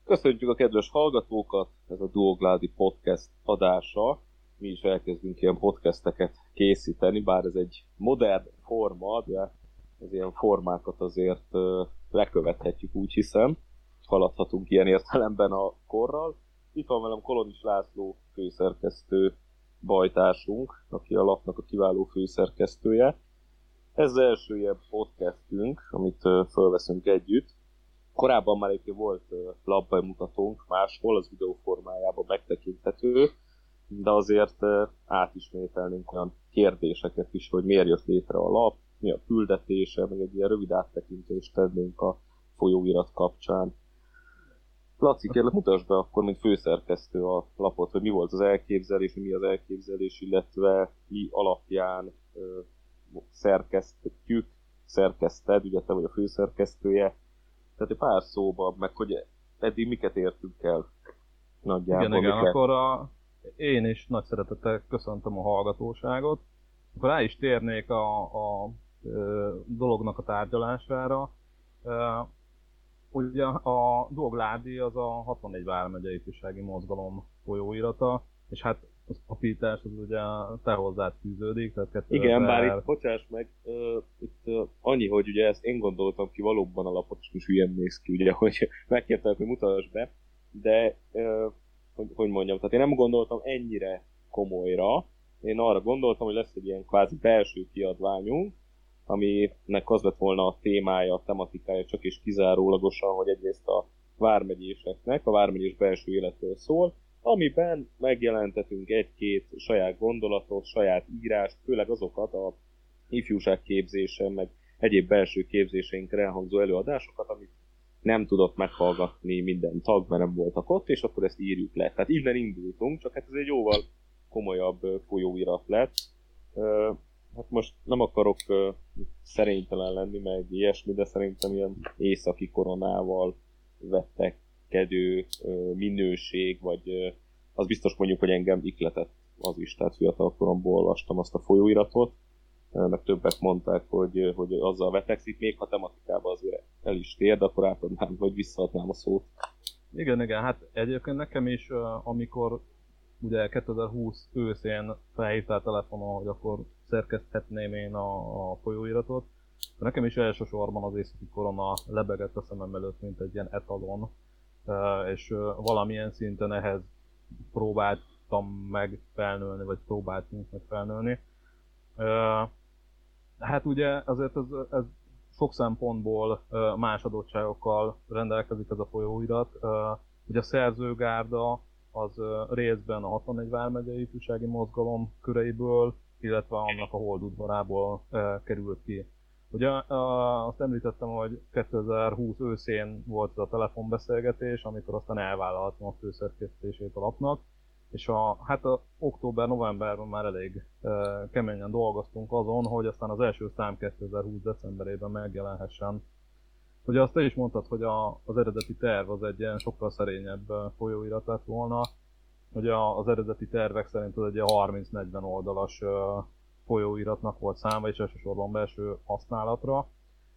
Köszöntjük a kedves hallgatókat, ez a Duogládi Podcast adása. Mi is elkezdünk ilyen podcasteket készíteni, bár ez egy modern forma, de az ilyen formákat azért lekövethetjük, úgy hiszem. Haladhatunk ilyen értelemben a korral. Itt van velem Kolonis László főszerkesztő bajtársunk, aki a lapnak a kiváló főszerkesztője. Ez az első ilyen podcastünk, amit fölveszünk együtt. Korábban már egyébként volt lapbemutatónk máshol, az videó formájában megtekinthető, de azért átismételnénk olyan kérdéseket is, hogy miért jött létre a lap, mi a küldetése, meg egy ilyen rövid áttekintést tennénk a folyóirat kapcsán. Laci, kérlek, mutasd be akkor, mint főszerkesztő a lapot, hogy mi volt az elképzelés, mi az elképzelés, illetve mi alapján szerkeszted, ugye te vagy a főszerkesztője. Tehát egy pár szóban, meg hogy eddig miket értünk el nagyjából. Igen, akkor én is nagy szeretettel köszöntöm a hallgatóságot. Akkor rá is térnék a dolognak a tárgyalására. Ugye a Duogládi az a 64 vármegyei ifjúsági mozgalom folyóirata, és hát az apítás az ugye te hozzád fűződik, tehát 2000... Igen, bár itt, bocsáss meg, itt annyi, hogy ugye ezt én gondoltam ki valóban a lapot, és most hülyen néz ki, ugye, hogy megkértek, hogy mutass be, de hogy mondjam, tehát én nem gondoltam ennyire komolyra, én arra gondoltam, hogy lesz egy ilyen kvázi belső kiadványunk, aminek az lett volna a témája, a tematikája csak és kizárólagosan, hogy egyrészt a vármegyéseknek, a vármegyés belső életről szól, amiben megjelentetünk egy-két saját gondolatot, saját írást, főleg azokat a ifjúságképzésen, meg egyéb belső képzéseinkre elhangzó előadásokat, amit nem tudott meghallgatni minden tag, mert nem voltak ott, és akkor ezt írjuk le. Tehát innen indultunk, csak hát ez egy jóval komolyabb folyóirat lett. Hát most nem akarok szerénytelen lenni, meg ilyesmi, de szerintem ilyen északi koronával vettekedő minőség, vagy az biztos mondjuk, hogy engem ikletett az is, tehát fiatal koromból olvastam azt a folyóiratot, meg többek mondták, hogy azzal vetekszik, még ha tematikában azért el is tér, de akkor átadnám, vagy visszaadnám a szót. Igen, hát egyébként nekem is, amikor ugye 2020 őszén felhívtál telefonon, hogy akkor szerkeszthetném én a folyóiratot. Nekem is elsősorban az északi korona lebegett a szemem előtt, mint egy ilyen etalon, és valamilyen szinten ehhez próbáltam meg felnőni, vagy próbáltunk meg felnőni. Hát ugye azért ez sok szempontból más adottságokkal rendelkezik ez a folyóirat. Ugye a szerzőgárda az részben a 64 vármegyei ifjúsági mozgalom köreiből, illetve annak a holdudvarából került ki. Ugye azt említettem, hogy 2020 őszén volt ez a telefonbeszélgetés, amikor aztán elvállaltam a főszerkesztését a lapnak, és hát október-novemberben már elég keményen dolgoztunk azon, hogy aztán az első szám 2020 decemberében megjelenhessen. Ugye azt te is mondtad, hogy az eredeti terv az egy ilyen sokkal szerényebb folyóirat lett volna. Ugye az eredeti tervek szerint az egy 30-40 oldalas folyóiratnak volt számva, és elsősorban belső használatra.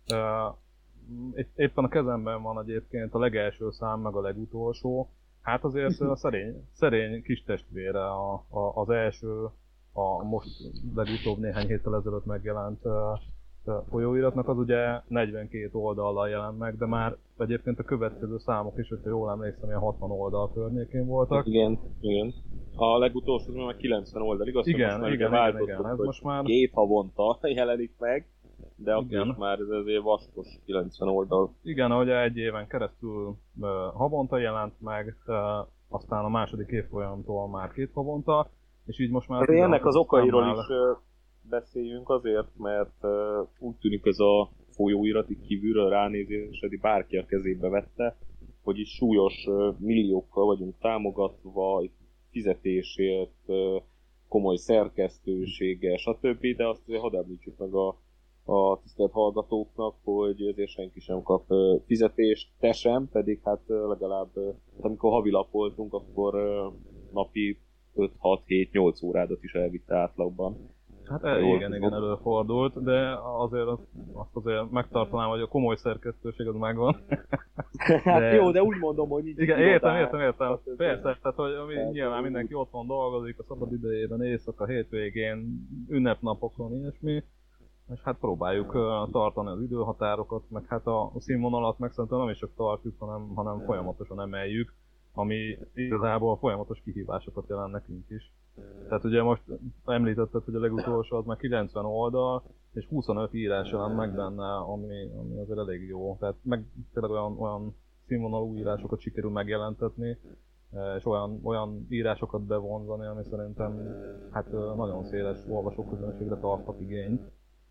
Éppen a kezemben van egyébként a legelső szám, meg a legutolsó. Hát azért a szerény kis testvére az első, a most legutóbb néhány héttel ezelőtt megjelent folyóiratnak, az ugye 42 oldallal jelent meg, de már egyébként a következő számok is, hogyha jól emlékszem, ilyen 60 oldal környékén voltak. Igen. A legutolsó már 90 oldal, igaz? Igen. Ez most már 2 havonta jelenik meg, de akkor is már ez azért vaskos 90 oldal. Igen, ahogy egy éven keresztül havonta jelent meg, aztán a második évfolyamtól már 2 havonta, és így most már... Ennek az okairól is beszéljünk azért, mert úgy tűnik ez a folyóirati kívülről ránézés, hogy bárki a kezébe vette, hogy is súlyos milliókkal vagyunk támogatva, fizetésért, komoly szerkesztőséggel, stb. De azt azért hadd említsük meg a tisztelt hallgatóknak, hogy ezért senki sem kap fizetést, te sem, pedig hát legalább, amikor havilap voltunk, akkor napi 5-6-7-8 órádat is elvitte átlagban Hát igen, előfordult, de azért azt azért megtartanám, hogy a komoly szerkesztőség az megvan. Hát jó, de úgy mondom, hogy így igen, értem. Persze, tehát hogy nyilván mindenki otthon dolgozik, a szabad idejében, éjszaka, hétvégén, ünnepnapokon, ilyesmi. És hát próbáljuk tartani az időhatárokat, meg hát a színvonalat meg szerintem nem is csak tartjuk, hanem folyamatosan emeljük, ami igazából folyamatos kihívásokat jelent nekünk is. Tehát ugye most említetted, hogy a legutolsó az már 90 oldal, és 25 írás jelent meg benne, ami azért elég jó. Tehát meg tényleg olyan színvonalú írásokat sikerül megjelentetni, és olyan írásokat bevonzani, ami szerintem hát nagyon széles olvasóközönségre tarthat igényt.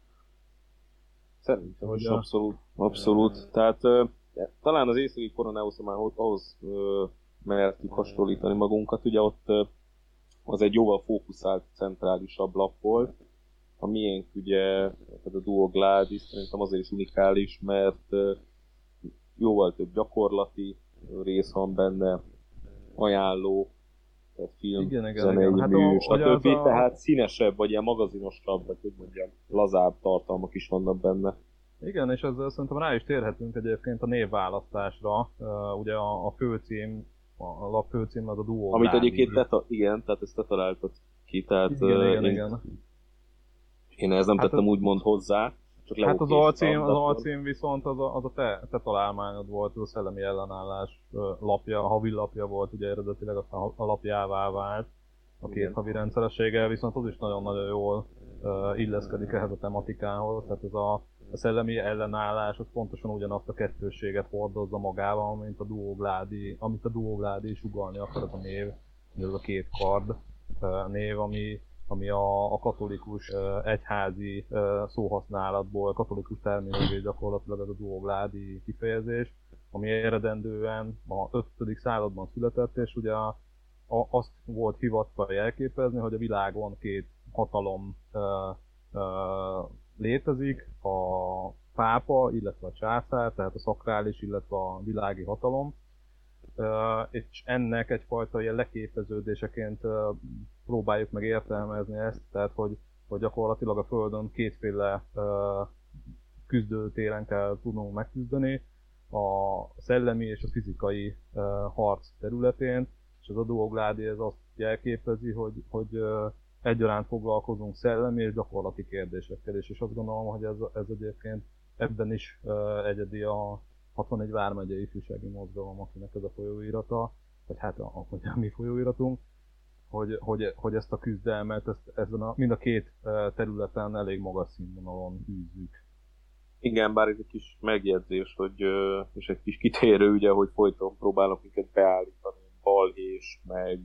Szerintem is abszolút. Tehát talán az északi koronához már ahhoz mertük hasonlítani magunkat, ugye ott az egy jóval fókuszált, centrálisabb lap volt. A miénk ugye, tehát a Duo Gladys szerintem azért is unikális, mert jóval több gyakorlati rész van benne, ajánló, tehát film, zenei mű, stb. Tehát színesebb, vagy ilyen magazinosabb, vagy hogy mondjam, lazább tartalmak is vannak benne. Igen, és ezzel szerintem rá is térhetünk egyébként a névválasztásra. Ugye a főcím, a lap főcím az a Duo Amit egyébként igen, tehát ezt te találtad ki, tehát igen. Én ehhez nem tettem úgymond hozzá. Hát az alcím viszont az a te találmányod volt, az a Szellemi Ellenállás lapja, a havi lapja volt, ugye eredetileg aztán a lapjává vált a két havi rendszerességgel, viszont az is nagyon-nagyon jól illeszkedik ehhez a tematikához, tehát ez a Szellemi Ellenállás az pontosan ugyanazt a kettősséget hordozza magával, amit a Duo Gladys sugallni akar az a név, ez a két kard név, ami a katolikus egyházi szóhasználatból, katolikus terminológiai gyakorlatilag ez a Duo Gladys kifejezés, ami eredendően a 5. században született, és ugye azt volt hivatva jelképezni, hogy a világon két hatalom létezik, a pápa, illetve a császár, tehát a szakrális, illetve a világi hatalom, és ennek egyfajta ilyen leképeződéseként próbáljuk meg értelmezni ezt, tehát hogy gyakorlatilag a Földön kétféle küzdőtéren kell tudnunk megküzdeni, a szellemi és a fizikai harc területén, és az a Duo Gladys ez azt jelképezi, hogy egyaránt foglalkozunk szellemi és gyakorlati kérdésekkel, és azt gondolom, hogy ez egyébként ebben is egyedi a 61 vármegyei ifjúsági mozgalom, akinek ez a folyóirata, vagy hát a mi folyóiratunk, hogy ezt a küzdelmet mind a két területen elég magas színvonalon űzzük. Igen, bár ez egy kis megjegyzés, és egy kis kitérő, ugye, hogy folyton próbálnak minket beállítani balhés, meg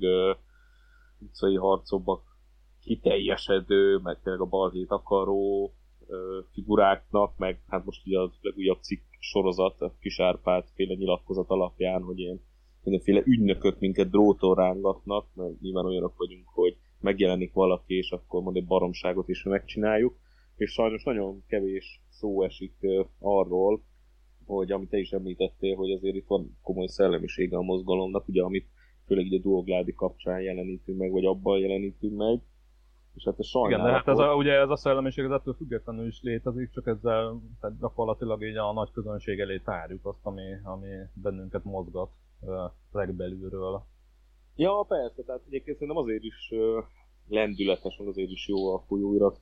utcai harcokba kiteljesedő, meg tényleg a balhét akaró figuráknak, meg hát most ugye a legújabb cikk sorozat, a Kis Árpád féle nyilatkozat alapján, hogy ilyen mindenféle ügynökök minket dróton rángatnak, mert nyilván olyanok vagyunk, hogy megjelenik valaki, és akkor mond egy baromságot is megcsináljuk, és sajnos nagyon kevés szó esik arról, hogy amit te is említettél, hogy azért itt van komoly szellemisége a mozgalomnak, ugye amit főleg így a Duo Gladys kapcsán jelenítünk meg, vagy abban jelenítünk meg. És hát ez sajnálatos. Igen, de hát ugye ez a szellemiség az ettől függetlenül is létezik, csak ezzel tehát gyakorlatilag így a nagy közönség elé tárjuk azt, ami bennünket mozgat legbelülről. Ja, persze, tehát egyébként szerintem azért is lendületes, azért is jó a folyóirat,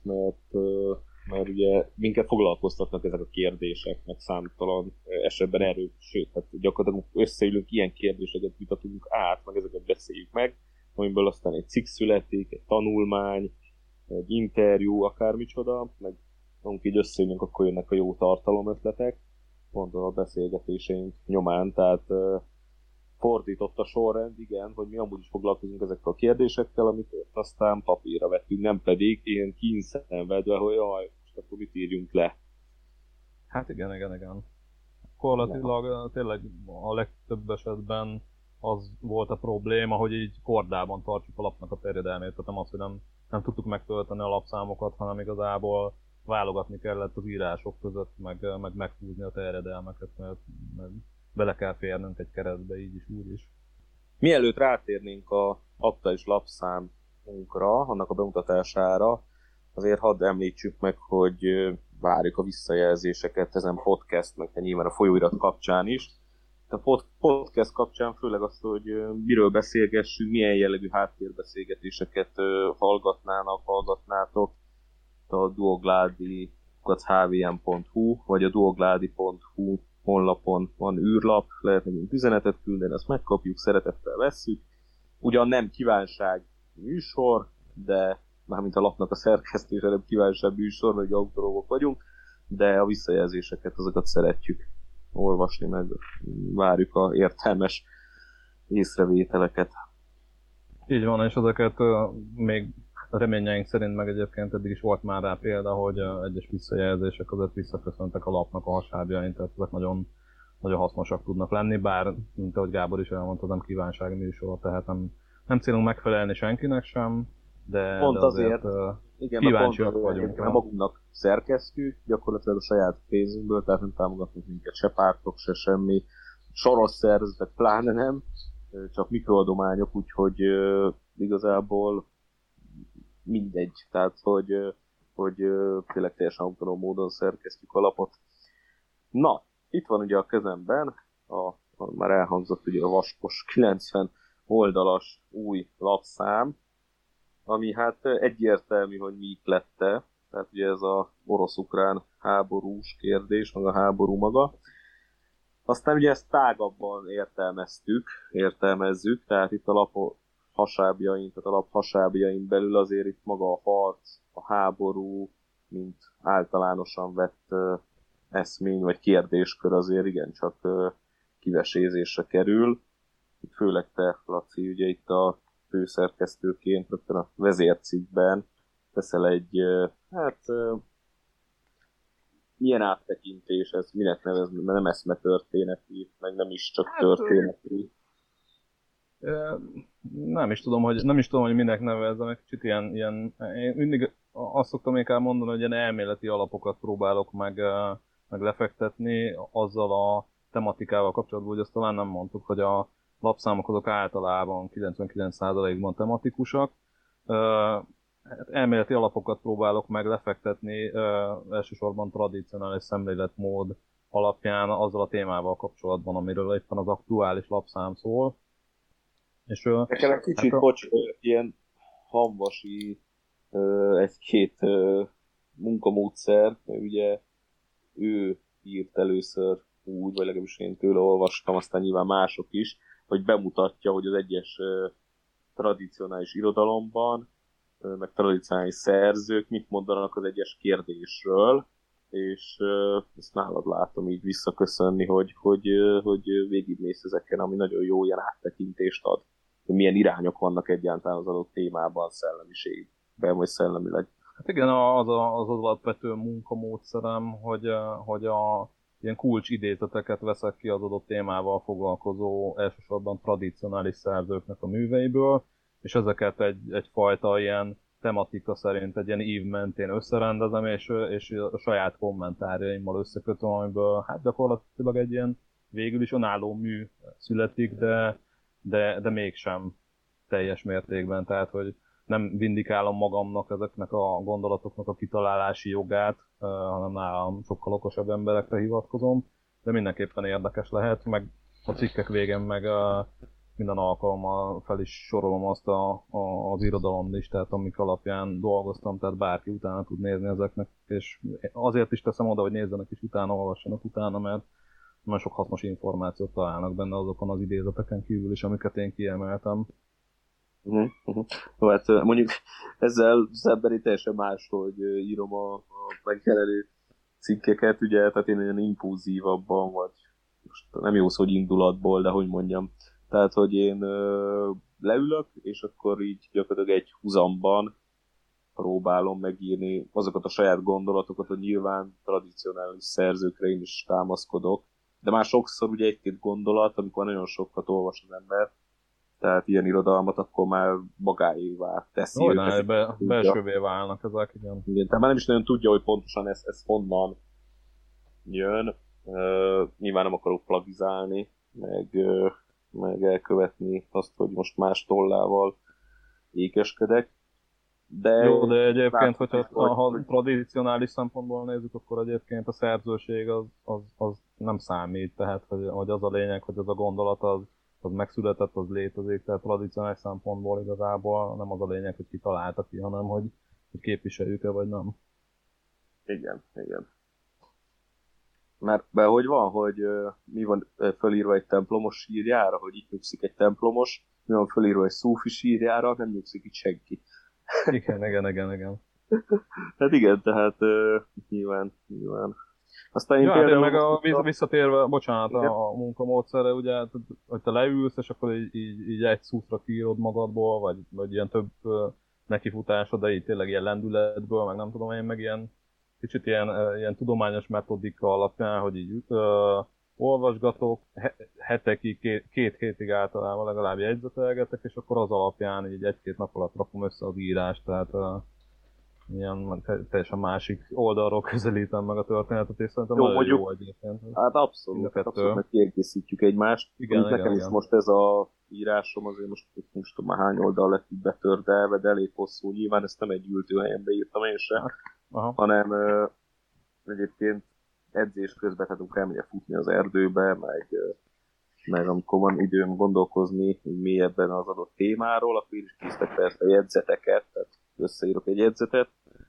mert ugye minket foglalkoztatnak ezek a kérdések, meg számtalan esetben erről, sőt, hát gyakorlatilag összeülünk, ilyen kérdéseket vitatunk át, meg ezeket beszéljük meg, amiből aztán egy cikk születik, egy tanulmány, egy interjú, akármicsoda, meg amikor így összeülünk, akkor jönnek a jó tartalomötletek, pont a beszélgetéseink nyomán, tehát fordított a sorrend, igen, hogy mi amúgy is foglalkozunk ezekkel a kérdésekkel, amit aztán papírra vettünk, nem pedig ilyen kínszenvedve, hogy jaj, most akkor mit írjunk le. Hát igen. Gyakorlatilag tényleg a legtöbb esetben az volt a probléma, hogy így kordában tartsuk a lapnak a terjedelmét, tehát nem az, hogy nem tudtuk megtölteni a lapszámokat, hanem igazából válogatni kellett az írások között, meg meghúzni a terjedelmeket, mert bele kell férnünk egy keretbe, így is, úgy is. Mielőtt rátérnénk a aktuális lapszámunkra, annak a bemutatására, azért hadd említsük meg, hogy várjuk a visszajelzéseket ezen podcast, meg nyilván a folyóirat kapcsán is. A podcast kapcsán főleg azt, hogy miről beszélgessünk, milyen jellegű háttérbeszélgetéseket hallgatnátok a duogladi.hvm.hu vagy a duogladi.hu honlapon van űrlap, lehet nekünk üzenetet küldeni, azt megkapjuk, szeretettel vesszük. Ugyan nem kívánság műsor, de mármint a lapnak a szerkesztése nem kívánság műsor, vagy autorogok vagyunk, de a visszajelzéseket, azokat szeretjük olvasni, meg várjuk a értelmes észrevételeket. Így van, és ezeket még reményeink szerint, meg egyébként eddig is volt már rá példa, hogy egyes visszajelzések azért visszaköszöntek a lapnak a hasábjain, tehát ezek nagyon, nagyon hasznosak tudnak lenni, bár, mint ahogy Gábor is elmondta, nem kívánsági műsor, tehát nem célunk megfelelni senkinek sem, de, pont de azért kíváncsiak vagyunk. Nem magunknak szerkesztjük, gyakorlatilag a saját pénzünkből, tehát nem támogatnak minket se pártok, se semmi, soros szervezetek pláne nem, csak mikroadományok, úgyhogy igazából mindegy, tehát hogy tényleg teljesen autonóm módon szerkesztjük a lapot. Na, itt van ugye a kezemben, már elhangzott ugye a vaskos 90 oldalas új lapszám, ami hát egyértelmű, hogy mi lette, tehát ugye ez a orosz-ukrán háborús kérdés, meg a háború maga. Aztán ugye ezt tágabban értelmezzük, tehát itt a lap hasábjain belül azért itt maga a harc, a háború, mint általánosan vett eszmény vagy kérdéskör azért igencsak kivesézésre kerül. Itt főleg te, Laci, ugye itt a főszerkesztőként, rögtön a vezércikkben teszel egy, milyen áttekintés ez, minek nevezni, mert nem eszmetörténeti, meg nem is csak történeti. Nem is tudom, hogy minek nevezzem, egy kicsit ilyen, én mindig azt szoktam inkább mondani, hogy ilyen elméleti alapokat próbálok meg lefektetni azzal a tematikával kapcsolatban, hogy azt talán nem mondtuk, hogy a lapszámok azok általában 99%-ban tematikusak. Elméleti alapokat próbálok meg lefektetni, elsősorban tradicionális szemléletmód alapján azzal a témával kapcsolatban, amiről éppen az aktuális lapszám szól. És, nekem egy kicsit, ilyen hamvasi egy-két munkamódszer, mert ugye ő írt először úgy, vagy legalábbis én tőle olvastam, aztán nyilván mások is, hogy bemutatja, hogy az egyes tradicionális irodalomban, meg tradicionális szerzők mit mondanak az egyes kérdésről, és ezt nálad látom így visszaköszönni, hogy végigmész ezeken, ami nagyon jó ilyen áttekintést ad, hogy milyen irányok vannak egyáltalán az adott témában, szellemiségben, vagy szellemileg. Hát igen, az alapvető munkamódszerem, hogy ilyen kulcsidézeteket veszek ki az adott témával foglalkozó, elsősorban tradicionális szerzőknek a műveiből, és ezeket egyfajta ilyen tematika szerint egy ilyen ív mentén összerendezem, és a saját kommentárjaimmal összekötöm, amiből hát gyakorlatilag egy ilyen végül is önálló mű születik, de mégsem teljes mértékben, tehát hogy nem vindikálom magamnak ezeknek a gondolatoknak a kitalálási jogát, hanem nálam sokkal okosabb emberekre hivatkozom, de mindenképpen érdekes lehet, meg a cikkek végén meg minden alkalommal fel is sorolom azt az irodalomlistát, amik alapján dolgoztam, tehát bárki utána tud nézni ezeknek, és azért is teszem oda, hogy nézzenek is utána, olvassanak utána, mert nagyon sok hasznos információt találnak benne azokon az idézeteken kívül is, amiket én kiemeltem. Hát mondjuk ezzel szemben teljesen más, hogy írom a megjelenő cikkeket, ugye, tehát én olyan impulzívabban, vagy most nem jó szó, hogy indulatból, de hogy mondjam, tehát, hogy én leülök, és akkor így gyakorlatilag egy huzamban próbálom megírni azokat a saját gondolatokat, hogy nyilván tradicionális szerzőkre én is támaszkodok, de már sokszor ugye egy-két gondolat, amikor nagyon sokat olvas az ember, tehát ilyen irodalmat, akkor már magáévá teszi őket. Belsővé válnak ezek, igen. Igen, tehát már nem is nagyon tudja, hogy pontosan ez honnan jön. Nyilván nem akarok plagizálni, meg elkövetni azt, hogy most más tollával ékeskedek. De Jó, de egyébként, látszik hogyha is, ha tradicionális szempontból nézzük, akkor egyébként a szerzőség az nem számít, tehát hogy az a lényeg, hogy az a gondolat az megszületett, az létezik, tehát tradicionális szempontból igazából nem az a lényeg, hogy ki találta ki, hanem hogy képviseljük-e vagy nem. igen, igen. Mert hogy van, hogy mi van fölírva egy templomos sírjára, hogy itt nyugszik egy templomos, mi van fölírva egy szúfi sírjára, nem nyugszik itt senki. Igen. Hát igen, tehát nyilván. Aztán én Ja, hát én például... meg visszatérve, bocsánat, Igen. a munkamódszerre, ugye, hogy te leülsz, és akkor így egy szótra kiírod magadból, vagy ilyen több nekifutásod, de így tényleg ilyen lendületből, meg nem tudom én, meg ilyen kicsit ilyen tudományos metodika alapján, hogy így olvasgatok, hetekig, két hétig általában legalább jegyzetelgetek, és akkor az alapján így egy-két nap alatt rakom össze az írást, tehát ilyen teljesen másik oldalról közelítem meg a történetet, és szerintem Jó, nagyon mondjuk, jó egyébként. hát abszolút, meg kiegészítjük egymást. Igen, Nekem is most ez a írásom, azért most tudom már hány oldal lett így betördelve, de elég hosszú. Nyilván ezt nem egy ültőhelyen beírtam én sem, hanem egyébként edzés közben, tehát amikor elmegyek futni az erdőbe, meg amikor van időm gondolkozni mélyebben az adott témáról, akkor én is készítek persze jegyzeteket, tehát összeírok egy jegyzetet,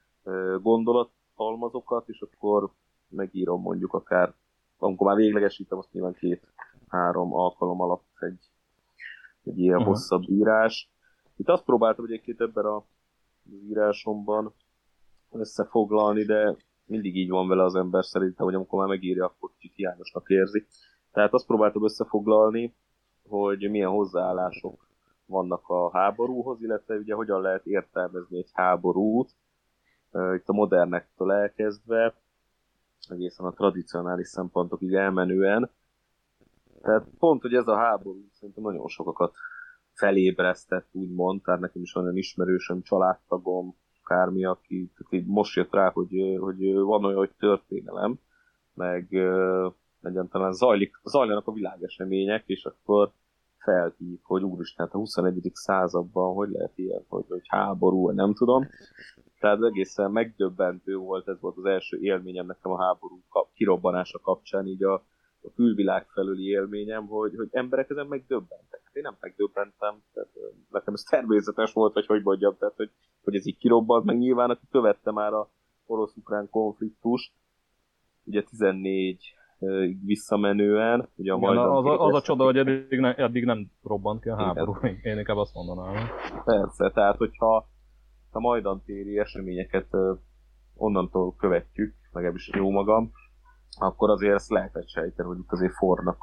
gondolathalmazokat, és akkor megírom mondjuk akár, amikor már véglegesítem, azt nyilván 2-3 alkalom alatt egy ilyen hosszabb írás. Itt azt próbáltam egyébként ebben az írásomban összefoglalni, de mindig így van vele az ember szerintem, hogy amikor már megírja, akkor kicsit hiányosnak érzi. Tehát azt próbáltam összefoglalni, hogy milyen hozzáállások vannak a háborúhoz, illetve ugye hogyan lehet értelmezni egy háborút, itt a modernektől elkezdve, egészen a tradicionális szempontokig elmenően. Tehát pont, hogy ez a háború szerintem nagyon sokakat felébresztett, úgymond, tehát nekem is van olyan ismerősöm, családtagom, akármi, aki most jött rá, hogy van olyan, hogy történelem, meg egyáltalán zajlanak a világesemények, és akkor felhív, hogy úristen, a 21. században hogy lehet ilyen, hogy háború, vagy nem tudom. Tehát egészen megdöbbentő volt, ez volt az első élményem nekem a háború kirobbanása kapcsán, így a külvilág felüli élményem, hogy emberek ezen megdöbbentek. Hát én nem megdöbbentem, tehát nekem ez természetes volt, vagy hogy mondjam, tehát hogy ez így kirobbant, meg nyilván aki követte már a orosz-ukrán konfliktust, ugye 14 visszamenően, ugye a Majdan... Az a csoda, hogy eddig nem robbant ki a háború, én inkább azt mondanám. Persze, tehát hogyha a Majdan téri eseményeket onnantól követjük, legalábbis jó magam, akkor azért ezt lehetett sejteni, hogy itt azért fornak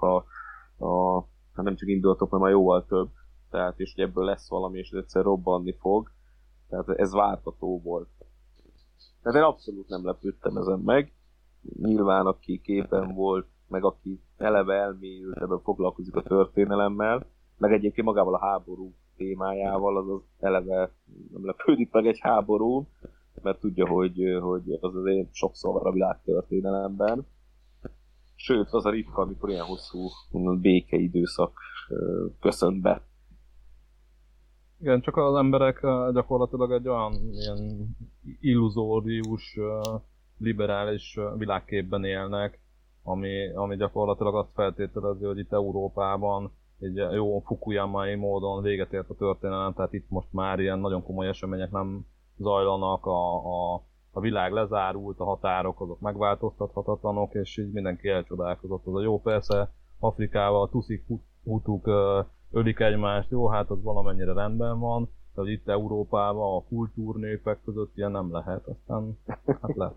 hát nem csak indulatok, hanem már jóval több, tehát és hogy ebből lesz valami, és egyszer robbanni fog, tehát ez várható volt. Tehát én abszolút nem lepődtem ezen meg, nyilván aki képen volt, meg aki eleve elmélyült, ebben foglalkozik a történelemmel, meg egyébként magával a háború témájával, az eleve nem lepődik meg egy háború, mert tudja, hogy az azért sokszor van a világtörténelemben. Sőt, az a ritka, amikor ilyen hosszú békeidőszak köszönt be. Igen, csak az emberek gyakorlatilag egy olyan ilyen illuzórius, liberális világképben élnek, ami gyakorlatilag azt feltételezi, hogy itt Európában egy jó Fukuyamai módon véget ért a történelem, tehát itt most már ilyen nagyon komoly események nem zajlanak, a világ lezárult, a határok azok megváltoztathatatlanok, és így mindenki elcsodálkozott. Az a jó, persze Afrikával tuszik, hutuk ölik egymást, jó, hát az valamennyire rendben van, de hogy itt Európában a kultúrnépek között ilyen nem lehet, aztán hát lehet.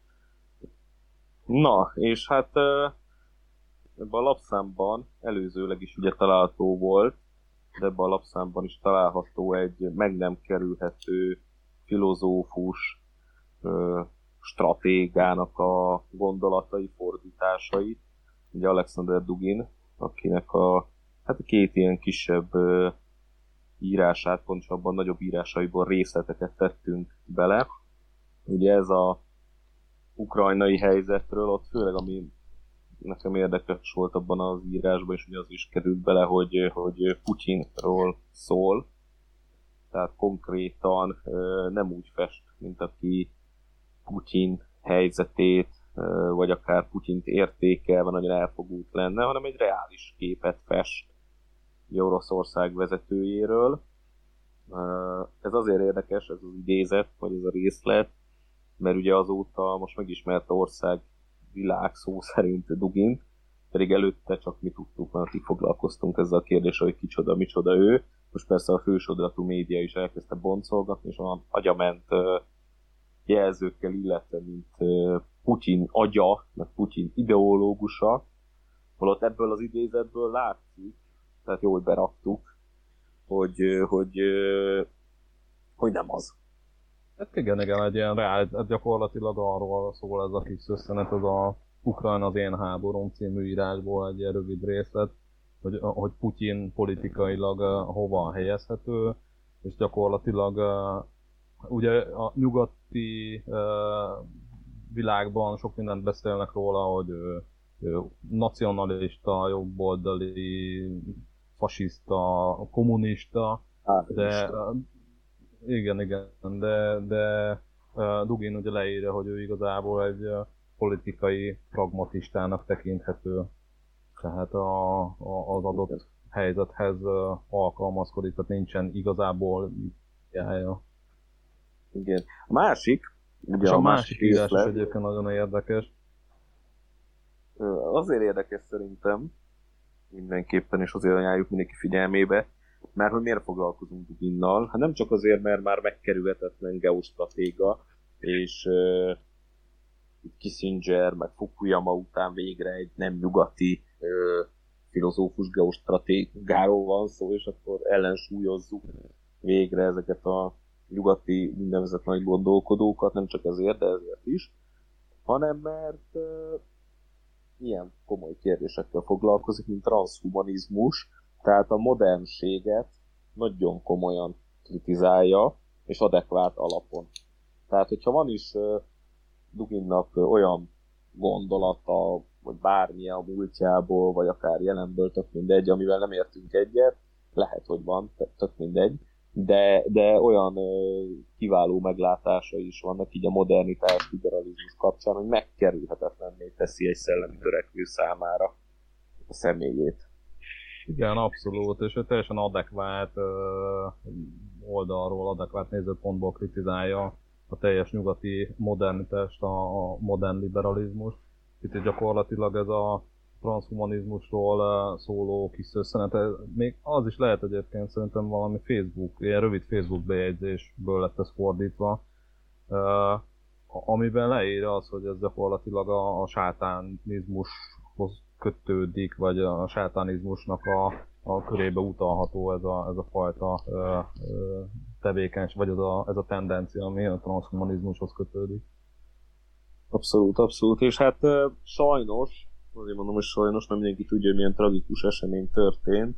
Na, és hát ebben a lapszámban előzőleg is ugye található volt, de ebben a lapszámban is található egy meg nem kerülhető filozófus, stratégának a gondolatai, fordításai, ugye Alexander Dugin, akinek a két ilyen kisebb írását, pontosabban nagyobb írásaiból részleteket tettünk bele. Ugye ez a ukrajnai helyzetről, ott főleg ami nekem érdekes volt abban az írásban, és ugye az is került bele, hogy Putyinról szól. tehát konkrétan nem úgy fest, mint aki Putyin helyzetét, vagy akár Putyint értékelve nagyon elfogult lenne, hanem egy reális képet fest Oroszország vezetőjéről. Ez azért érdekes, ez az idézet, vagy ez a részlet, mert ugye azóta most megismert ország világ szó szerint Dugint, pedig előtte csak mi tudtuk, mert így foglalkoztunk ezzel a kérdéssel, hogy kicsoda, micsoda ő. Most persze a fősodratú média is elkezdte boncolgatni, és olyan agyament jelzőkkel, illetve mint Putyin agya, meg Putyin ideológusa, holott ebből az idézetből látszik, tehát jól beraktuk, hogy nem az. Hát igen, egy ilyen reál, gyakorlatilag arról szól ez a kis szösszenet, az a Ukrajna az én háborúm című írásból egy ilyen rövid részlet, hogy Putyin politikailag hova helyezhető, és gyakorlatilag ugye a nyugati világban sok mindent beszélnek róla, hogy nacionalista, jobboldali, fasiszta, kommunista, de igen, de Dugin ugye leírja, hogy ő igazából egy politikai pragmatistának tekinthető, tehát az adott helyzethez alkalmazkodik, tehát nincsen igazából ideája. Igen. A másik, ugye és a másik írás is egyébként nagyon érdekes. Azért érdekes szerintem mindenképpen, és azért ajánljuk mindenki figyelmébe, mert hogy miért foglalkozunk Duginnal? Hát nem csak azért, mert már megkerülhetetlen geostratéga, és Kissinger, meg Fukuyama után végre egy nem nyugati filozófus geostratégáról van szó, és akkor ellensúlyozzuk végre ezeket a nyugati úgynevezett nagy gondolkodókat, nem csak ezért, de ezért is, hanem mert ilyen komoly kérdésekkel foglalkozik, mint transhumanizmus, tehát a modernséget nagyon komolyan kritizálja, és adekvát alapon. Tehát, hogyha van is Duginnak olyan gondolata, vagy bármilyen a múltjából, vagy akár jelenből, tök mindegy, amivel nem értünk egyet, lehet, hogy van, tök mindegy, de olyan kiváló meglátása is vannak így a modernitás, liberalizmus kapcsán, hogy megkerülhetetlenné teszi egy szellemi törekvő számára a személyét. Igen, abszolút, és ő teljesen adekvát oldalról, adekvát nézőpontból kritizálja a teljes nyugati modernitást, a modern liberalizmus. Itt gyakorlatilag ez a transhumanizmusról szóló kis szösszenet, még az is lehet egyébként szerintem valami Facebook, ilyen rövid Facebook bejegyzésből lett ez fordítva, amiben leír az, hogy ez gyakorlatilag a sátánizmushoz kötődik, vagy a sátánizmusnak a körébe utalható ez a fajta tevékenység, vagy ez a tendencia, ami a transhumanizmushoz kötődik. Abszolút, és hát sajnos, azért mondom, hogy sajnos, nem mindenki tudja, hogy milyen tragikus esemény történt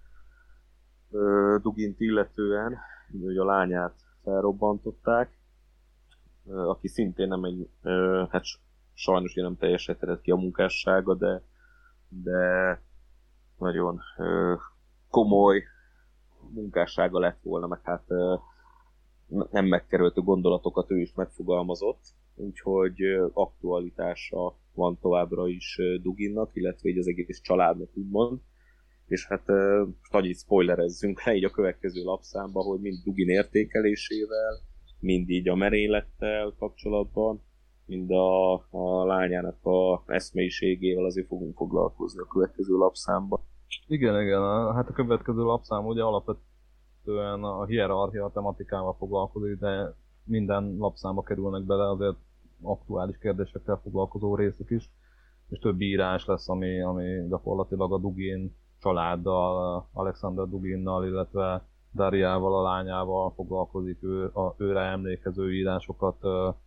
Dugint illetően, hogy a lányát felrobbantották, aki szintén nem egy, hát sajnos nem teljesedett ki a munkássága, de nagyon komoly munkássága lett volna, meg hát nem megkerültő gondolatokat ő is megfogalmazott, úgyhogy aktualitása van továbbra is Duginnak, illetve így az egész családnak úgymond. És hát most annyit spoilerezzünk le így a következő lapszámba, hogy mind Dugin értékelésével, mind így a merénylettel kapcsolatban, mind a lányának a eszmélyiségével azért fogunk foglalkozni a következő lapszámban. Igen, hát a következő lapszám ugye alapvetően a hierarchia tematikával foglalkozik, de minden lapszámba kerülnek bele azért aktuális kérdésekkel foglalkozó részek is, és több írás lesz, ami gyakorlatilag a Dugin családdal, Alexander Duginnal, illetve Dariával, a lányával foglalkozik, őre emlékező írásokat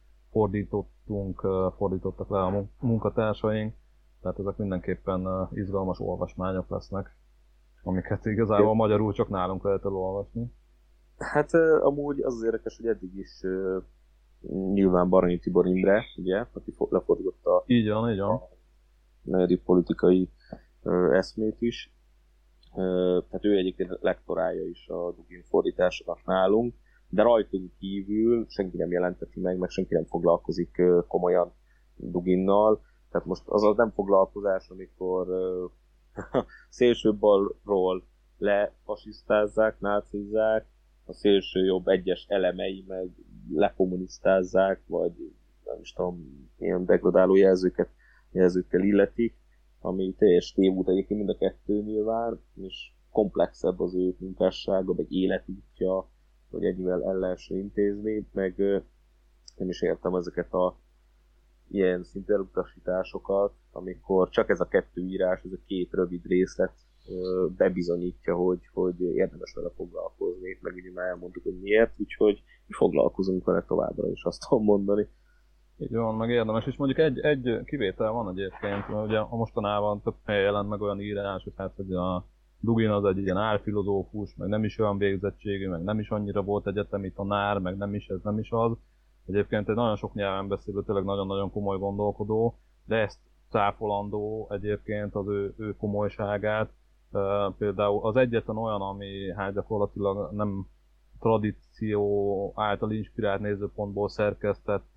fordítottak le a munkatársaink, tehát ezek mindenképpen izgalmas olvasmányok lesznek, amiket igazából magyarul csak nálunk lehet elolvasni. Hát amúgy az érdekes, hogy eddig is nyilván Baranyi Tibor Imre, ugye, aki lefordította így van. A negyedik politikai eszmét is, tehát ő egyébként lektorálja is a Dugin fordításokat nálunk, de rajtunk kívül senki nem jelenteti meg senki nem foglalkozik komolyan Duginnal. Tehát most az nem foglalkozás, amikor szélső balról lefasisztázzák, nácizzák, a szélső jobb egyes elemei meg lekommunisztázzák, vagy nem is tudom, ilyen degradáló jelzőkkel illetik, ami teljes tévút egyébként mind a kettő nyilván, és komplexebb az ő munkássága, vagy életútja, hogy ennyivel el lehessen intézni, meg nem is értem ezeket a ilyen szinte elutasításokat, amikor csak ez a kettő írás, ez a két rövid részlet bebizonyítja, hogy érdemes vele foglalkozni, meg ugye már elmondtuk, hogy miért, úgyhogy mi foglalkozunk vele továbbra is, azt tudom mondani. Így van, meg érdemes, és mondjuk egy kivétel van egyébként, mert ugye a mostanában több helyen jelent meg olyan írás, hogy hát, hogy a Dugin az egy ilyen álfilozófus, meg nem is olyan végzettségű, meg nem is annyira volt egyetemi tanár, meg nem is ez, nem is az. Egyébként egy nagyon sok nyelven beszélő, tényleg nagyon-nagyon komoly gondolkodó, de ezt cáfolandó egyébként az ő komolyságát. Például az egyetlen olyan, ami hát gyakorlatilag nem tradíció által inspirált nézőpontból szerkesztett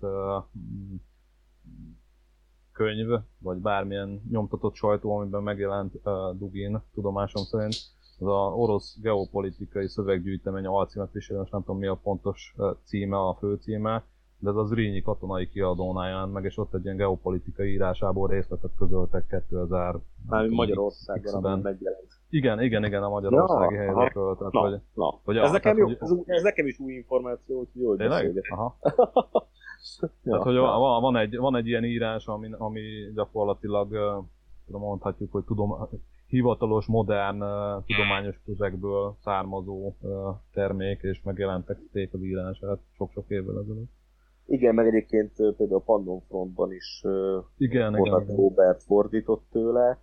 könyv, vagy bármilyen nyomtatott sajtó, amiben megjelent Dugin, tudomásom szerint, az az orosz geopolitikai szöveggyűjtemény alcímet viseli, most nem tudom mi a pontos címe, a főcíme, de ez az Zrínyi katonai kiadónál jelent meg, és ott egy ilyen geopolitikai írásából részletet közöltek 2000. Mármint Magyarországban, ami megjelent. Igen, a magyarországi helyzetről. Ez nekem is új információ, úgyhogy jól beszélget. Aha. Tehát, hogy van egy ilyen írás, ami gyakorlatilag mondhatjuk, hogy hivatalos, modern, tudományos közegből származó termék, és megjelentek az írását sok-sok évvel ezelőtt. Igen, meg egyébként például a Pannon Frontban is igen. Robert fordított tőle,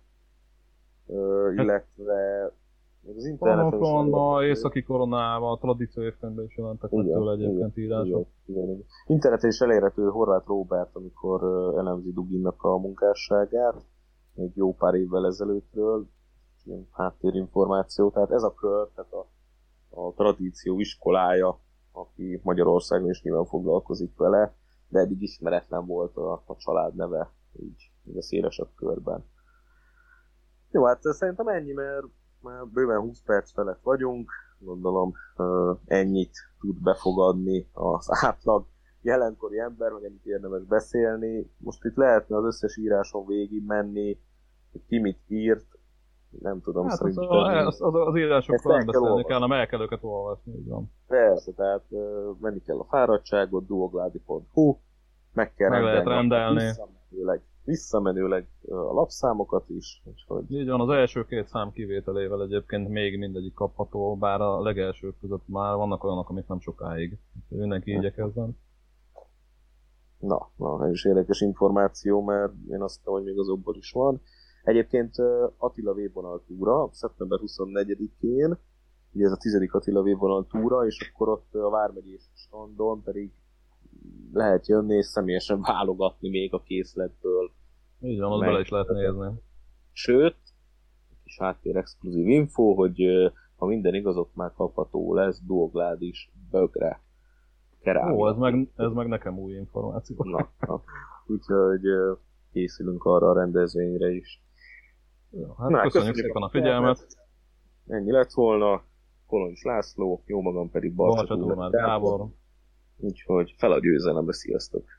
illetve az interneten Pannon Frontban, Északi Koronával, a tradíció évkönyvben is jelentek tőle egyébként írások. Igen. Interneten is elérhető Horváth Róbert, amikor elemzi Duginnak a munkásságát, egy jó pár évvel ezelőttről, ilyen háttérinformáció, tehát ez a kör, tehát a tradíció iskolája, aki Magyarországon is nyilván foglalkozik vele, de eddig ismeretlen volt a család neve, így a szélesebb körben. Jó, hát szerintem ennyi, mert már bőven 20 perc felett vagyunk, gondolom ennyit tud befogadni az átlag jelenkori ember, hogy ennyit érdemes beszélni. Most itt lehetne az összes íráson végig menni, hogy ki mit írt, nem tudom, hát szerintem. Az írásokról nem beszélni kell, hanem el kell őket olvasni, így van. Persze, tehát menni kell a fáradtságot, duogládi.hu, meg lehet rendelni. Visszamenőleg a lapszámokat is. Úgyhogy... Így van, az első 2 szám kivételével egyébként még mindegyik kapható, bár a legelsők között már vannak olyanok, amik nem sokáig. Mindenki igyekezzen. Na, ez is érdekes információ, mert én azt mondom, hogy még azokból is van. Egyébként Attila V-vonal túra, szeptember 24-én, ugye ez a 10. Attila V-vonal túra, és akkor ott a Vármegyés standon pedig lehet jönni és személyesen válogatni még a készletből. Így van, az bele is lehet nézni. Sőt, kis háttér exkluzív info, hogy ha minden igaz, ott már kapható lesz Duoglád is bögre. Ó, ez meg nekem új információ. Na. Úgyhogy készülünk arra a rendezvényre is. Ja, hát köszönjük szépen a figyelmet. Ennyi lett volna. Koloncs László, jó magam pedig Barcsa Gábor. Úgyhogy fel a győzelembe, sziasztok!